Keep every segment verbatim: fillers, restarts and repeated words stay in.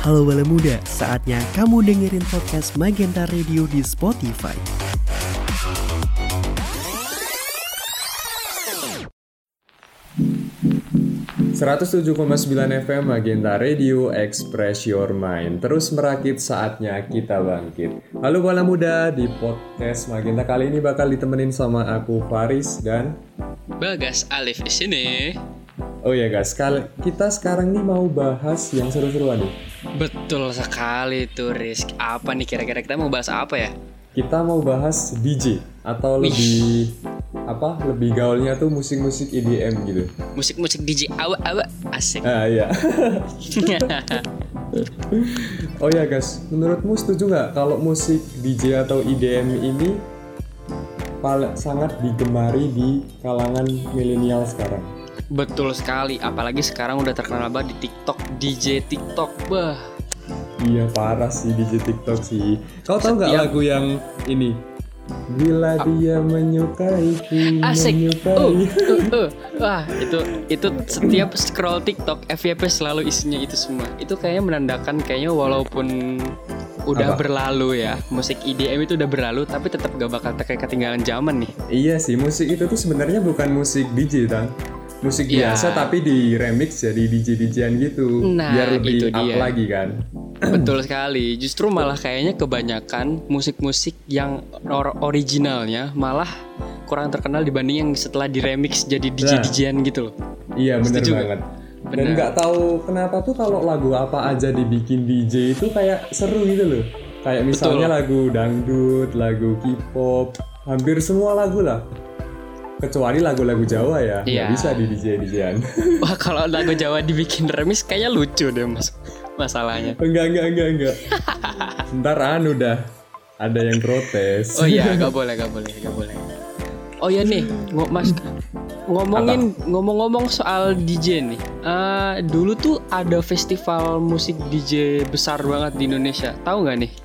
Halo Bala Muda, saatnya kamu dengerin podcast Magenta Radio di Spotify. seratus tujuh koma sembilan F M Magenta Radio, Express Your Mind. Terus merakit, saatnya kita bangkit. Halo Bala Muda, di podcast Magenta kali ini bakal ditemenin sama aku Faris dan Bagas Alif di sini. Oh ya guys, kita sekarang nih mau bahas yang seru-seruan nih. Betul sekali tuh Rizk. Apa nih kira-kira kita mau bahas apa ya? Kita mau bahas D J atau Wih. lebih apa? Lebih gaulnya tuh musik-musik E D M gitu. Musik-musik D J awa-awa asik. Ah iya. Oh ya guys, menurutmu setuju nggak kalau musik D J atau E D M ini paling sangat digemari di kalangan milenial sekarang? Betul sekali, apalagi sekarang udah terkenal banget di TikTok, D J TikTok. Bah. Iya parah sih D J TikTok sih. Kau tahu nggak Setiap- lagu yang ini? Bila Ah. dia menyukaiku, Asik. menyukai. Uh, uh, uh. Wah, itu itu setiap scroll TikTok F Y P selalu isinya itu semua. Itu kayaknya menandakan kayaknya walaupun udah Apa? berlalu ya, musik E D M itu udah berlalu tapi tetap gak bakal kayak ketinggalan zaman nih. Iya sih, musik itu tuh sebenarnya bukan musik D J kan? Musik Iya. biasa tapi di remix jadi D J D J-an gitu. Nah, biar lebih itu up dia. lagi kan. Betul sekali. Justru malah kayaknya kebanyakan musik-musik yang or- originalnya malah kurang terkenal dibanding yang setelah diremix jadi D J D J-an gitu loh. Iya bener Setuju banget. Bener. Dan nggak tahu kenapa tuh kalau lagu apa aja dibikin D J itu kayak seru gitu loh. Kayak misalnya Betul. lagu dangdut, lagu K-pop, hampir semua lagu lah. Kecuali lagu-lagu Jawa ya, nggak Iya. bisa di D J D J-an. Wah, kalau lagu Jawa dibikin remix kayaknya lucu deh mas masalahnya. enggak, enggak, enggak, enggak. Ntar anu dah, ada yang protes. Oh iya, gak boleh, gak boleh, gak boleh. Oh iya nih, ng- mas ngomongin ngomong-ngomong soal D J nih. Eh, dulu tuh ada festival musik D J besar banget di Indonesia. Tahu nggak nih?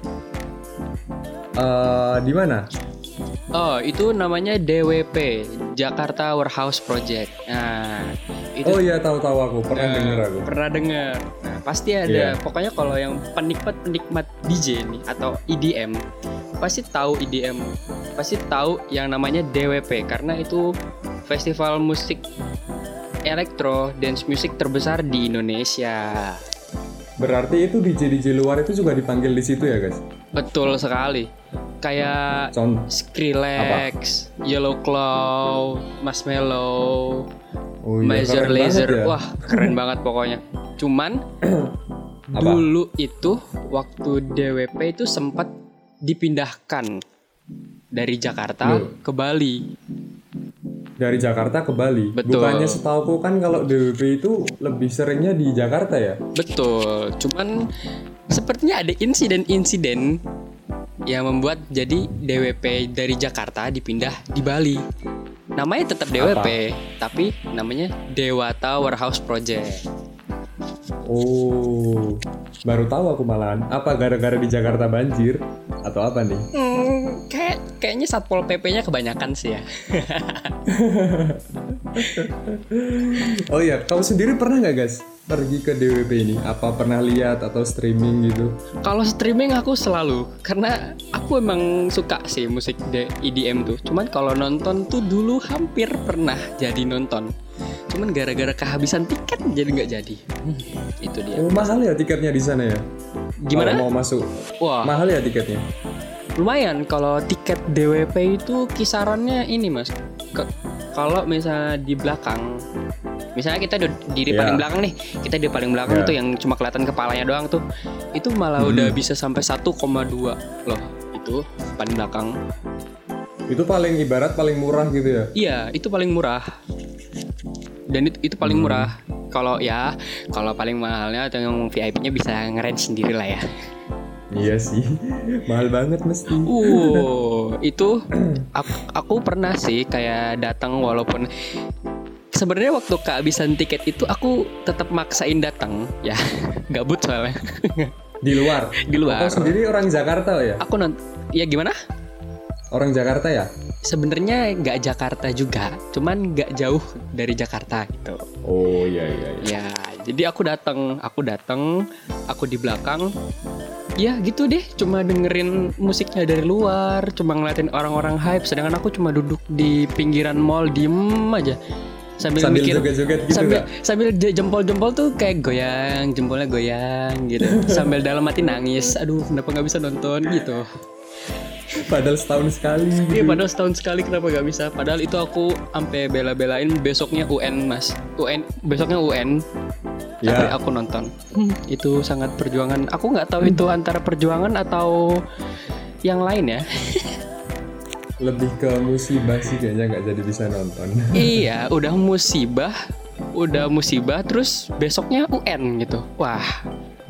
Eh, di mana? Oh, itu namanya D W P, Jakarta Warehouse Project. Nah, itu Oh iya, tahu-tahu aku, pernah Nah, denger aku. Pernah dengar. Nah, pasti ada. Iya. Pokoknya kalau yang penikmat-penikmat D J nih atau E D M, pasti tahu E D M. Pasti tahu yang namanya D W P karena itu festival musik elektro dance music terbesar di Indonesia. Berarti itu D J D J luar itu juga dipanggil di situ ya, guys? Betul sekali. Kayak Contoh. Skrillex, Yellow Claw, Marshmello, Oh iya, Major keren banget Lazer, ya. wah keren banget pokoknya. Cuman Apa? dulu itu waktu D W P itu sempat dipindahkan dari Jakarta Loh. ke Bali. Dari Jakarta ke Bali. Betul. Bukannya setauku kan kalau D W P itu lebih seringnya di Jakarta ya? Betul. Cuman sepertinya ada insiden-insiden yang membuat jadi D W P dari Jakarta dipindah di Bali. Namanya tetap D W P, tapi namanya Dewata Warehouse Project. Oh, baru tahu aku malahan. Apa gara-gara di Jakarta banjir atau apa nih? Hmm, kayak kayaknya Satpol P P-nya kebanyakan sih ya. Oh iya, kamu sendiri pernah nggak guys pergi ke D W P ini? Apa pernah lihat atau streaming gitu? Kalau streaming aku selalu, karena aku emang suka sih musik de- E D M tuh. Cuman kalau nonton tuh dulu hampir pernah jadi nonton. Cuman gara-gara kehabisan tiket jadi nggak jadi. Hmm, itu dia. Oh, mahal ya tiketnya di sana ya? Gimana? Kalau mau masuk, Wah, mahal ya tiketnya? lumayan kalau tiket D W P itu kisarannya ini mas. Ke- kalau misalnya di belakang, misalnya kita di, di Iya. paling belakang nih, kita di paling belakang Iya. tuh yang cuma kelihatan kepalanya doang tuh, itu malah Hmm. udah bisa sampai satu koma dua loh. Itu paling belakang. Itu paling ibarat paling murah gitu ya? Iya, itu paling murah. Dan itu, itu paling Hmm. murah. Kalau ya, kalau paling mahalnya atau yang V I P-nya bisa nge-range sendiri lah ya. Iya sih, mahal banget mesti. Uh, itu aku, aku pernah sih kayak datang walaupun sebenarnya waktu kehabisan tiket itu aku tetap maksain datang ya, gabut soalnya. Di luar? Di luar. Kau sendiri orang Jakarta ya? Aku nont, ya gimana? Orang Jakarta ya? sebenarnya nggak Jakarta juga, cuman nggak jauh dari Jakarta gitu. Oh iya iya. iya. Ya, jadi aku datang, aku datang, aku di belakang. Ya gitu deh, cuma dengerin musiknya dari luar, cuma ngeliatin orang-orang hype, sedangkan aku cuma duduk di pinggiran mall diem aja sambil, sambil mikir, joget-joget gitu sambil gak? sambil jempol-jempol tuh kayak goyang, jempolnya goyang gitu, sambil dalam hati nangis, aduh kenapa nggak bisa nonton gitu. Padahal setahun sekali gitu. Iya, padahal setahun sekali kenapa gak bisa? Padahal itu aku sampai bela-belain besoknya U N mas, U N besoknya U N. Ya. Tapi aku nonton. Hmm, itu sangat perjuangan. Aku nggak tahu itu antara perjuangan atau yang lain ya. Lebih ke musibah sih kayaknya nggak jadi bisa nonton. Iya, udah musibah, udah musibah, terus besoknya U N gitu. Wah.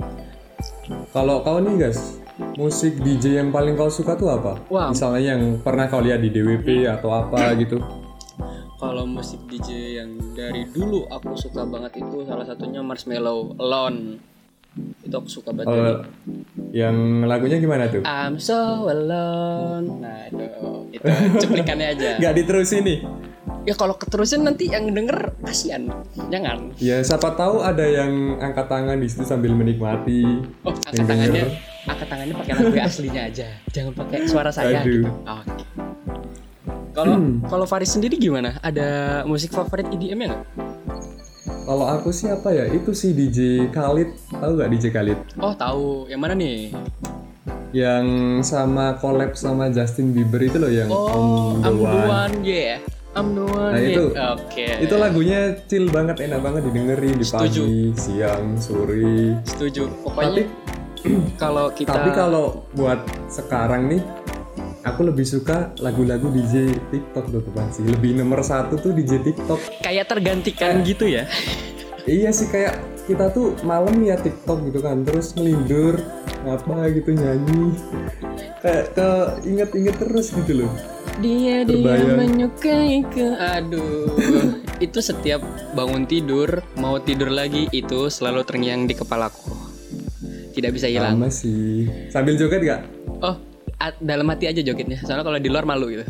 Kalau kau nih guys, musik D J yang paling kau suka tuh apa? Wah. Misalnya yang pernah kau lihat di D W P atau apa gitu. Kalau musik D J yang dari dulu aku suka banget itu salah satunya Marshmello, Alone. Itu aku suka banget. Oh, yang lagunya gimana tuh? I'm so alone. Nah itu, itu cuplikannya aja. Gak diterusin nih? Ya kalau keterusin nanti yang denger kasihan. Jangan. Ya siapa tahu ada yang angkat tangan di situ sambil menikmati. Oh, angkat tangannya, angkat tangannya pakai lagu aslinya aja. Jangan pakai suara saya Aduh. gitu. Oke. Kalau kalau Faris sendiri gimana? Ada musik favorit E D M-nya nggak? Kalau aku sih apa ya? Itu sih D J Khalid. Tahu gak D J Khalid? Oh tahu. Yang mana nih? Yang sama collab sama Justin Bieber itu loh yang Oh, I'm the I'm the One. one, yeah. I'm the one, Nah, itu- yeah. Oke. Itu lagunya chill banget, enak banget didengerin di Setuju. pagi, siang, sore. Setuju. Tapi Pokoknya kalau kita tapi kalau buat sekarang nih, aku lebih suka lagu-lagu D J TikTok tuh teman sih. Lebih nomor satu tuh D J TikTok. kayak tergantikan gitu ya. Iya sih, kayak kita tuh malam ya TikTok gitu kan, terus ngelindur apa gitu nyanyi. Kayak ke inget-inget terus gitu loh. Dia dia Terbayang. menyukai ke aduh. Itu setiap bangun tidur, mau tidur lagi itu selalu terngiang di kepalaku. Tidak bisa hilang. Sama sih. Sambil joget gak? Oh, a- dalam hati aja jogetnya. Soalnya kalau di luar malu gitu.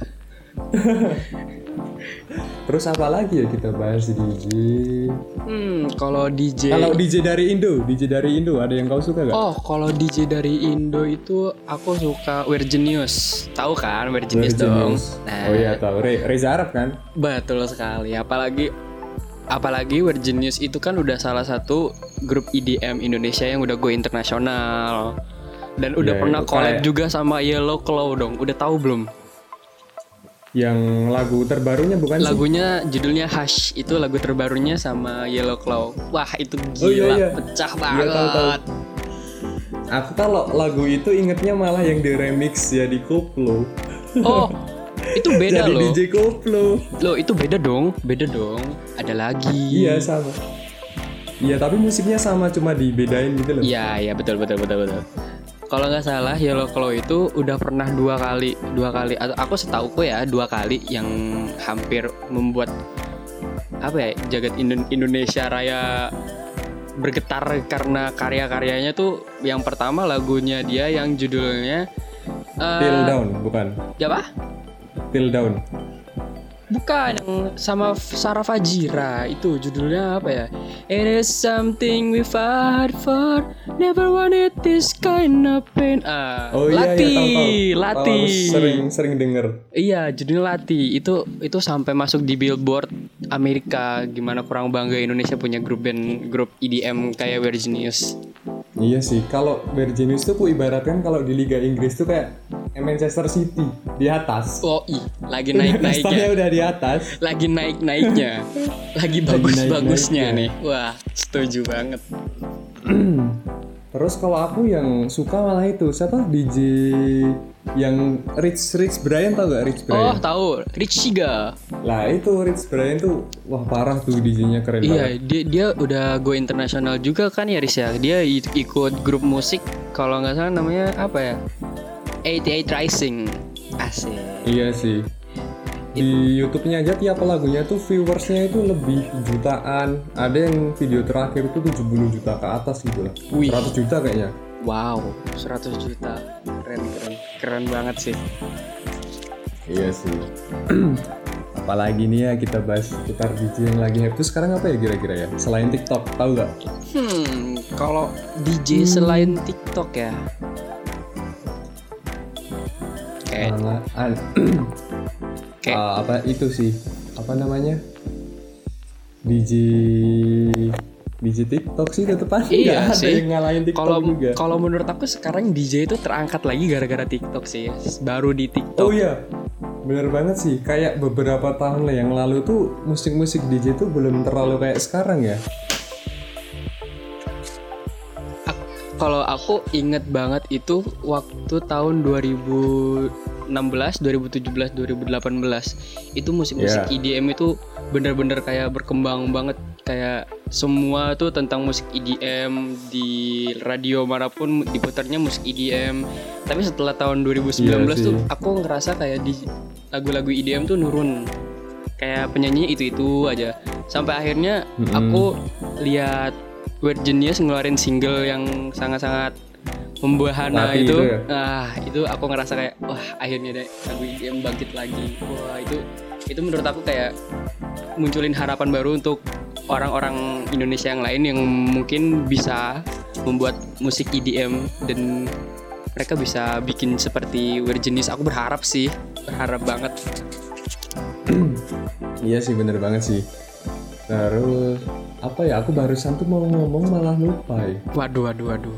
Terus apa lagi ya kita bahas di D J? Hmm, kalau D J Kalau D J dari Indo, D J dari Indo ada yang kau suka gak? Oh, kalau D J dari Indo itu aku suka Virginius. Tahu kan Virginius dong? Nah, Oh iya tahu. Re- Reza Arab kan? betul sekali. Apalagi apalagi Virginius itu kan udah salah satu grup E D M Indonesia yang udah go internasional. Dan udah Ya, pernah itu collab kayak- juga sama Yellow Claw dong. Udah tahu belum? Yang lagu terbarunya bukan sih? Lagunya judulnya Hush. Itu lagu terbarunya sama Yellow Claw. Wah, itu Oh, gila, iya, iya. pecah Iya, banget. tahu, tahu. Aku kalau lagu itu ingetnya malah yang di remix ya di Koplo. Oh, itu beda Jadi loh. D J Koplo. Loh, itu beda dong. Beda dong. Ada lagi. Iya sama. Iya tapi musiknya sama, cuma dibedain gitu loh. Iya, iya betul betul betul betul. Kalau nggak salah Yellow Claw itu udah pernah dua kali, dua kali atau aku setauku ya dua kali yang hampir membuat apa ya jagat Indo- Indonesia Raya bergetar karena karya-karyanya tuh. Yang pertama lagunya dia yang judulnya eh, Till Down bukan? apa? Till Down. Bukan, yang sama Sarah Fajira. Itu judulnya apa ya? It is something we fought for, never wanted this kind of pain. Ah, Oh iya, Lati, iya tahu tahu. Lati. Tahu, aku sering sering denger. Iya, judulnya Lati. Itu itu sampai masuk di Billboard Amerika. Gimana kurang bangga Indonesia punya grup band, grup E D M kayak Virginius. Iya sih, kalau Virginius tuh ku ibaratkan kalau di Liga Inggris tuh kayak Manchester City di atas. Oh, ih, lagi Stangnya naik-naiknya. udah di atas. Lagi naik-naiknya. Lagi bagus-bagusnya nih. naik-naiknya. Wah, setuju banget. Terus kalau aku yang suka malah itu siapa D J yang Rich Rich Brian, tau gak Rich Oh, Brian? tahu. Rich Siga. Lah itu Rich Brian tuh wah parah tuh D J-nya keren Iya, banget. dia dia udah go internasional juga kan ya, Riz ya. Dia i- ikut grup musik kalau nggak salah namanya apa ya? delapan puluh delapan Rising. Asik. Iya sih. Di YouTube-nya aja tiap lagunya tuh viewersnya itu lebih jutaan. Ada yang video terakhir itu tujuh puluh juta ke atas gitu lah. Wih. seratus juta kayaknya. Wow, seratus juta. Keren keren. Keren banget sih. Iya sih. Apalagi nih ya kita bahas putar D J yang lagi hype tuh sekarang apa ya kira-kira ya? Selain TikTok, tahu nggak? Hmm, kalau D J selain TikTok ya, kayak Malah, an- kayak Ah, apa itu sih? Apa namanya? D J D J TikTok sih tetep aja Iya nggak ada sih. yang ngalahin TikTok kalau juga. kalau menurut aku sekarang D J itu terangkat lagi gara-gara TikTok sih, baru di TikTok. Oh iya, bener banget sih. Kayak beberapa tahun lah yang lalu tuh musik-musik D J tuh belum terlalu kayak sekarang ya. Kalau aku inget banget itu waktu tahun dua ribu enam belas, dua ribu tujuh belas, dua ribu delapan belas itu musik-musik Yeah. E D M itu bener-bener kayak berkembang banget, kayak semua tuh tentang musik E D M, di radio manapun diputarnya musik E D M. Tapi setelah tahun dua ribu sembilan belas Iya tuh sih. aku ngerasa kayak di lagu-lagu E D M tuh nurun, kayak penyanyinya itu-itu aja, sampai akhirnya Mm-mm. aku lihat Weird Genius ngeluarin single yang sangat-sangat membahana Tapi itu, itu ya? ah itu aku ngerasa kayak wah akhirnya deh lagu E D M bangkit lagi. Wah itu itu menurut aku kayak munculin harapan baru untuk orang-orang Indonesia yang lain yang mungkin bisa membuat musik E D M dan mereka bisa bikin seperti Weird Genius. Aku berharap sih, berharap banget. Iya sih, bener banget sih. Terus apa ya? Aku barusan tuh mau ngomong malah lupa ya. Waduh, waduh, waduh.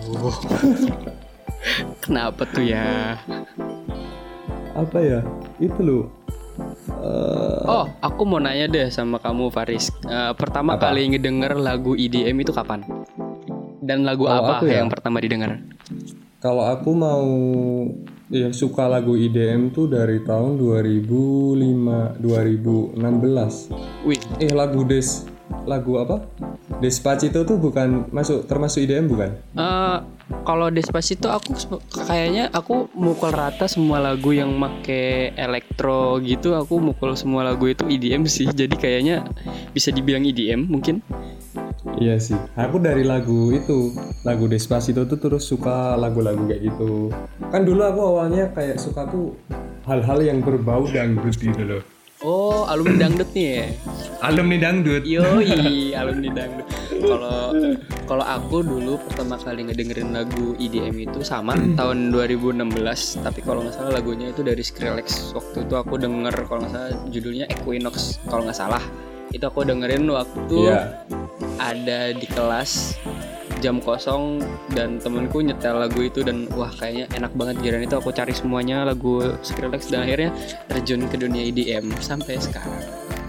Kenapa tuh ya? Apa ya? Itu loh. Eh, Oh, aku mau nanya deh sama kamu Faris. Eh, pertama Apa? kali ngedenger lagu E D M itu kapan? Dan lagu Kalau apa aku ya? yang pertama didengar? Kalau aku mau ya suka lagu E D M tuh dari tahun dua ribu lima, dua ribu enam belas. Wih, Eh lagu Des lagu apa? Despacito tuh bukan masuk termasuk E D M bukan? eh, kalau Despacito aku se- kayaknya aku mukul rata semua lagu yang make elektro gitu. Aku mukul semua lagu itu E D M sih. Jadi kayaknya bisa dibilang E D M mungkin. Iya sih. Aku dari lagu itu, lagu Despacito tuh terus suka lagu-lagu kayak gitu. Kan dulu aku awalnya kayak suka tuh hal-hal yang berbau dangdut gitu loh. Oh, alumni dangdut nih ya. Alumni dangdut. Yoi, alumni dangdut. Kalau kalau aku dulu pertama kali ngedengerin lagu E D M itu sama tahun dua ribu enam belas, tapi kalau nggak salah lagunya itu dari Skrillex. Waktu itu aku denger kalau nggak salah judulnya Equinox kalau nggak salah. Itu aku dengerin waktu Iya. ada di kelas jam kosong dan temenku nyetel lagu itu dan wah kayaknya enak banget. Giran itu aku cari semuanya lagu Skrillex dan akhirnya terjun ke dunia E D M sampai sekarang.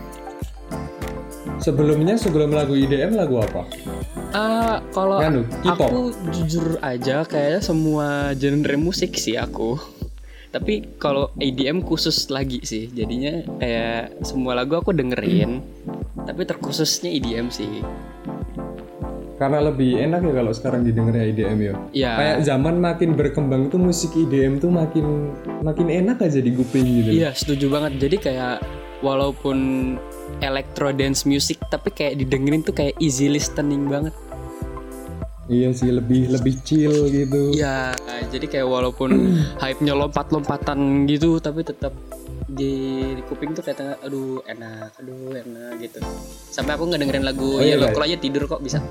Sebelumnya sebelum lagu E D M lagu apa? Ah, kalau Nganu, K-pop. aku jujur aja kayaknya semua genre musik sih aku. Tapi kalau E D M khusus lagi sih. Jadinya kayak semua lagu aku dengerin. Tapi terkhususnya E D M sih. Karena lebih enak ya kalau sekarang didengarnya E D M ya. Ya. Kayak zaman makin berkembang tuh musik E D M tuh makin makin enak aja di kuping gitu. Iya, setuju banget. Jadi kayak walaupun electro dance music tapi kayak didengerin tuh kayak easy listening banget. Iya sih, lebih lebih chill gitu. Iya, jadi kayak walaupun hype-nya lompat-lompatan gitu tapi tetap di, di kuping tuh kayak aduh enak, aduh enak gitu. Sampai aku ngedengerin lagu Oh iya, Yellow guys. Claw aja tidur kok bisa.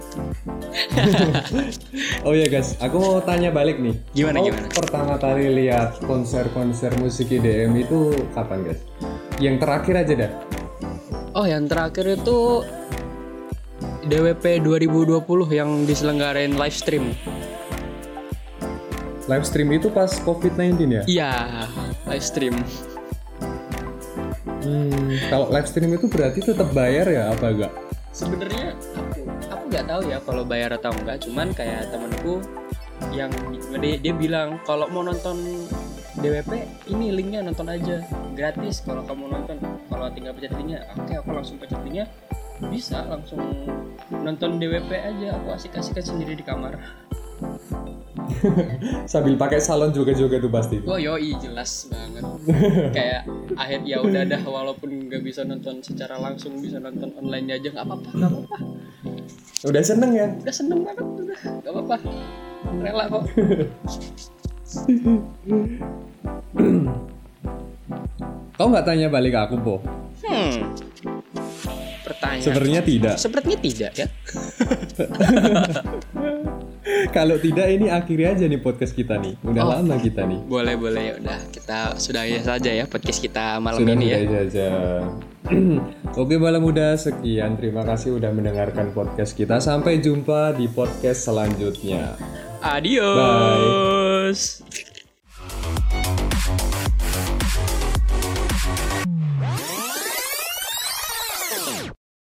Oh iya guys, aku mau tanya balik nih. Gimana, Kau gimana? pertama kali lihat konser-konser musik E D M itu kapan guys? Yang terakhir aja dah. Oh, yang terakhir itu D W P dua ribu dua puluh yang diselenggarain live stream. Live stream itu pas covid sembilan belas ya? Iya, live stream. Hmm, kalau live stream itu berarti tetap bayar ya apa enggak? Sebenarnya aku aku nggak tahu ya kalau bayar atau enggak, cuman kayak temanku yang dia, dia bilang kalau mau nonton D W P ini linknya nonton aja gratis kalau kamu nonton, kalau tinggal pencet linknya. Oke, aku langsung pencet linknya, bisa langsung nonton D W P aja. Aku asik-asikan sendiri di kamar. Sambil pakai salon juga-juga tuh pasti. Wah yoi, jelas banget. Kayak akhir ya udah dah, walaupun nggak bisa nonton secara langsung, bisa nonton online aja nggak apa-apa, nggak apa-apa. Udah seneng ya? Udah seneng banget, udah nggak apa-apa, rela kok. Mau nggak tanya balik ke aku, Po? Hmm. Pertanyaan. Sepertinya tidak. Sepertinya tidak ya. Kalau tidak ini akhiri aja nih podcast kita nih. Udah Oh. lama kita nih. Boleh boleh ya udah kita sudahi saja ya podcast kita malam Sudah ini ya. sudah saja. Oke Bala Muda, sekian. Terima kasih udah mendengarkan podcast kita. Sampai jumpa di podcast selanjutnya. Adios.